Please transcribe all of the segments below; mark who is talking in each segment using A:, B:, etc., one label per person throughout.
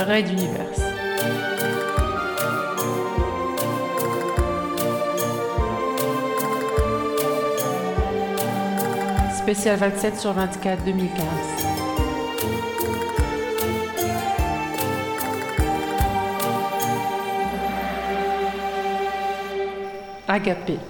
A: Raid Universe. Spécial 27/24 2015. Agapé.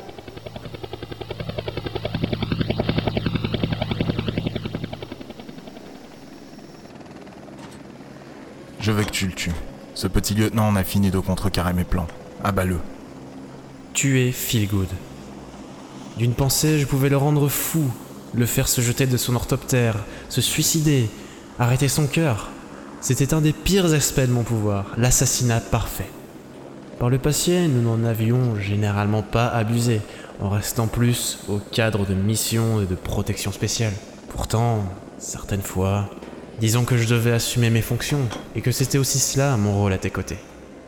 B: Je veux que tu le tues. Ce petit lieutenant en a fini de contrecarrer mes plans. Abats-le.
C: Tuer Feelgood. D'une pensée, je pouvais le rendre fou, le faire se jeter de son orthoptère, se suicider, arrêter son cœur. C'était un des pires aspects de mon pouvoir, l'assassinat parfait. Par le passé, nous n'en avions généralement pas abusé, en restant plus au cadre de missions et de protection spéciale. Pourtant, certaines fois, disons que je devais assumer mes fonctions, et que c'était aussi cela mon rôle à tes côtés.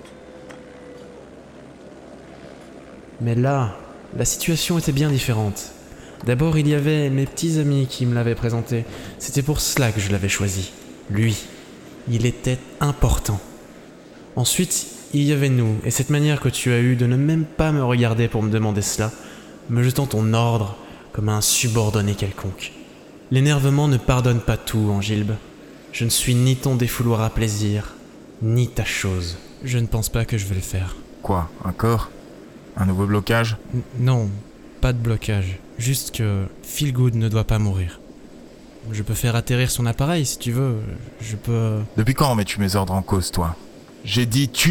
C: Mais là, la situation était bien différente. D'abord, il y avait mes petits amis qui me l'avaient présenté. C'était pour cela que je l'avais choisi. Lui, il était important. Ensuite, il y avait nous, et cette manière que tu as eue de ne même pas me regarder pour me demander cela, me jetant ton ordre comme un subordonné quelconque. L'énervement ne pardonne pas tout, Angilbe. Je ne suis ni ton défouloir à plaisir, ni ta chose. Je ne pense pas que je vais le faire.
B: Quoi, un corps ? Un nouveau blocage ?
C: Non, pas de blocage. Juste que Feelgood ne doit pas mourir. Je peux faire atterrir son appareil si tu veux. Je peux...
B: Depuis quand remets-tu mes ordres en cause, toi ? J'ai dit tue-le !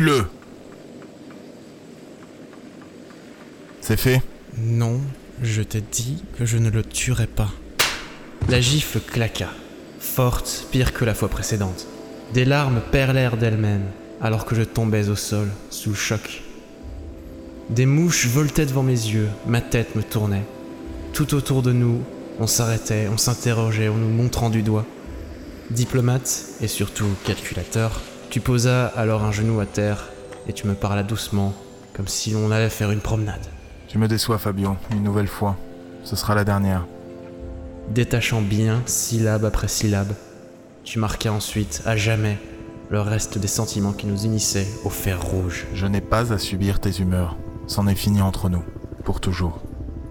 B: C'est fait ?
C: Non, je t'ai dit que je ne le tuerai pas. La gifle claqua, forte, pire que la fois précédente. Des larmes perlèrent d'elles-mêmes, alors que je tombais au sol, sous le choc. Des mouches voletaient devant mes yeux, ma tête me tournait. Tout autour de nous, on s'arrêtait, on s'interrogeait en nous montrant du doigt. Diplomate, et surtout calculateur, tu posas alors un genou à terre, et tu me parlas doucement, comme si l'on allait faire une promenade.
B: Tu me déçois, Fabio, une nouvelle fois. Ce sera la dernière.
C: Détachant bien, syllabe après syllabe, tu marquas ensuite, à jamais, le reste des sentiments qui nous unissaient au fer rouge.
B: Je n'ai pas à subir tes humeurs. C'en est fini entre nous. Pour toujours.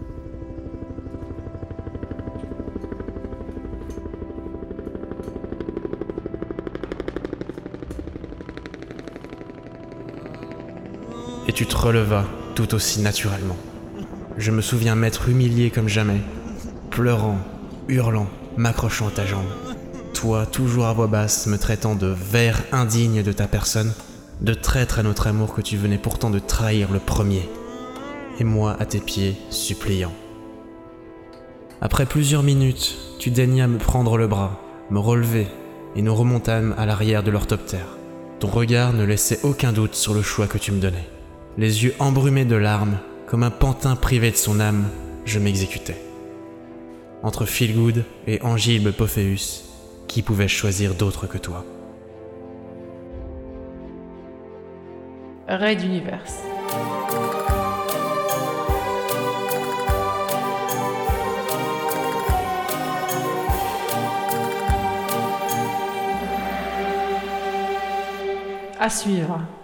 C: Et tu te relevas, tout aussi naturellement. Je me souviens m'être humilié comme jamais, pleurant, hurlant, m'accrochant à ta jambe. Toi, toujours à voix basse, me traitant de ver indigne de ta personne, de traître à notre amour que tu venais pourtant de trahir le premier. Et moi, à tes pieds, suppliant. Après plusieurs minutes, tu daignas me prendre le bras, me relever, et nous remontâmes à l'arrière de l'orthoptère. Ton regard ne laissait aucun doute sur le choix que tu me donnais. Les yeux embrumés de larmes, comme un pantin privé de son âme, je m'exécutais. Entre Feelgood et Angilbe Pophéus, qui pouvait choisir d'autre que toi?
A: Raid Universe. À suivre.